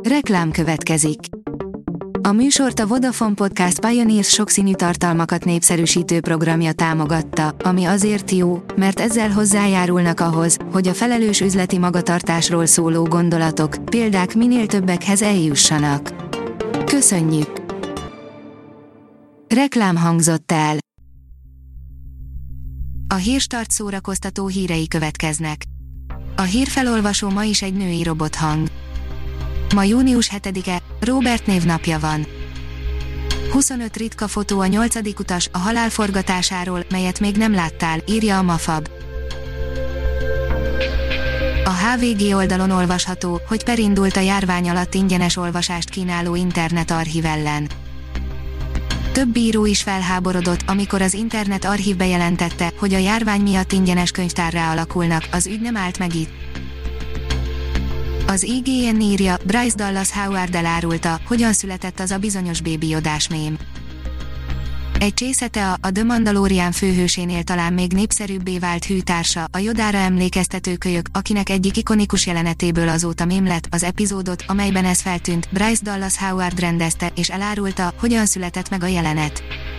Reklám következik. A műsort a Vodafone Podcast Pioneers sokszínű tartalmakat népszerűsítő programja támogatta, ami azért jó, mert ezzel hozzájárulnak ahhoz, hogy a felelős üzleti magatartásról szóló gondolatok, példák minél többekhez eljussanak. Köszönjük! Reklám hangzott el. A Hírstart szórakoztató hírei következnek. A hírfelolvasó ma is egy női robothang. Ma június 7-e, Róbert névnapja van. 25 ritka fotó a 8. utas a halál forgatásáról, melyet még nem láttál, írja a Mafab. A HVG oldalon olvasható, hogy per indult a járvány alatt ingyenes olvasást kínáló internetarchív ellen. Több bíró is felháborodott, amikor az internet archív bejelentette, hogy a járvány miatt ingyenes könyvtárrá alakulnak, az ügy nem állt meg itt. Az IGN írja, Bryce Dallas Howard elárulta, hogyan született az a bizonyos Baby Yodás mém. Egy csészete a The Mandalorian főhősénél talán még népszerűbbé vált hűtársa, a Yodára emlékeztető kölyök, akinek egyik ikonikus jelenetéből azóta mém lett, az epizódot, amelyben ez feltűnt, Bryce Dallas Howard rendezte, és elárulta, hogyan született meg a jelenet.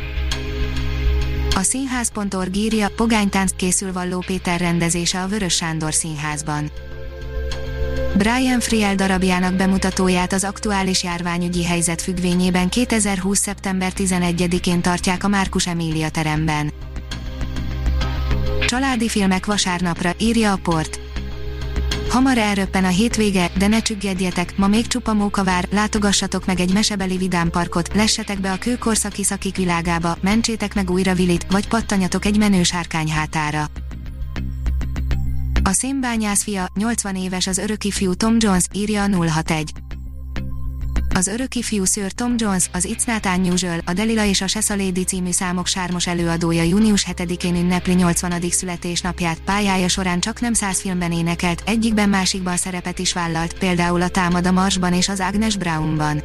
A színház.org írja, pogánytánc készül Valló Péter rendezése a Vörös Sándor Színházban. Brian Friel darabjának bemutatóját az aktuális járványügyi helyzet függvényében 2020. szeptember 11-én tartják a Márkus Emília teremben. Családi filmek vasárnapra, írja a Port. Hamar elröppen a hétvége, de ne csüggedjetek, ma még csupa móka vár, látogassatok meg egy mesebeli vidámparkot, lessetek be a kőkorszaki szakik világába, mentsétek meg újra Willit, vagy pattanjatok egy menő sárkány hátára. A szénbányász fia, 80 éves az örökifjú Tom Jones, írja a 061. Az örökifjú Sir Tom Jones, az It's Not Unusual, a Delila és a Shesa Lady című számok sármos előadója június 7-én ünnepli 80. születésnapját, pályája során csaknem 100 filmben énekelt, egyikben másikban szerepet is vállalt, például a Támad a Marsban és az Agnes Brownban.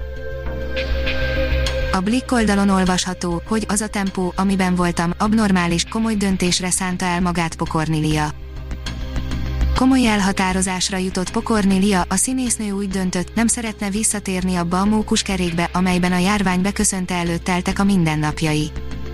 A Blick oldalon olvasható, hogy az a tempó, amiben voltam, abnormális, komoly döntésre szánta el magát Pokornilia. Komoly elhatározásra jutott Pokornilia, a színésznő úgy döntött, nem szeretne visszatérni abba a mókuskerékbe, amelyben a járvány beköszönte előtt teltek a mindennapjai.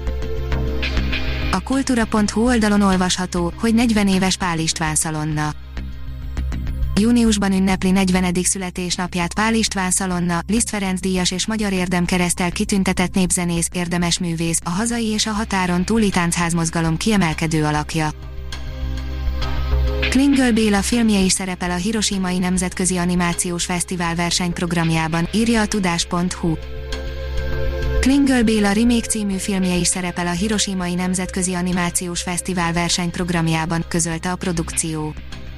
A kultúra.hu oldalon olvasható, hogy 40 éves Pál István szalonna. Júniusban ünnepli 40. születésnapját Pál István szalonna, Liszt Ferenc díjas és Magyar Érdemkereszttel kitüntetett népzenész, érdemes művész, a hazai és a határon túli táncházmozgalom kiemelkedő alakja. Klingel Béla filmje is szerepel a Hiroshimai Nemzetközi Animációs Fesztivál versenyprogramjában, írja a tudás.hu. Klingel Béla remake című filmje is szerepel a Hiroshimai Nemzetközi Animációs Fesztivál versenyprogramjában, közölte a produkció.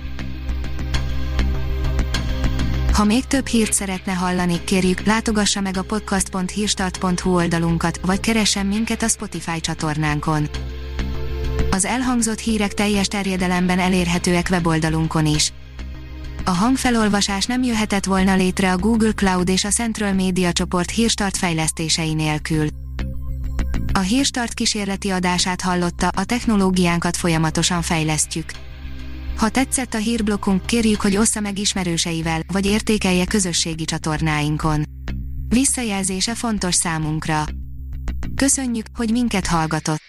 Ha még több hírt szeretne hallani, kérjük, látogassa meg a podcast.hírstart.hu oldalunkat, vagy keressen minket a Spotify csatornánkon. Az elhangzott hírek teljes terjedelemben elérhetőek weboldalunkon is. A hangfelolvasás nem jöhetett volna létre a Google Cloud és a Central Media csoport Hírstart fejlesztései nélkül. A Hírstart kísérleti adását hallotta, a technológiánkat folyamatosan fejlesztjük. Ha tetszett a hírblokkunk, kérjük, hogy ossza meg ismerőseivel, vagy értékelje közösségi csatornáinkon. Visszajelzése fontos számunkra. Köszönjük, hogy minket hallgatott!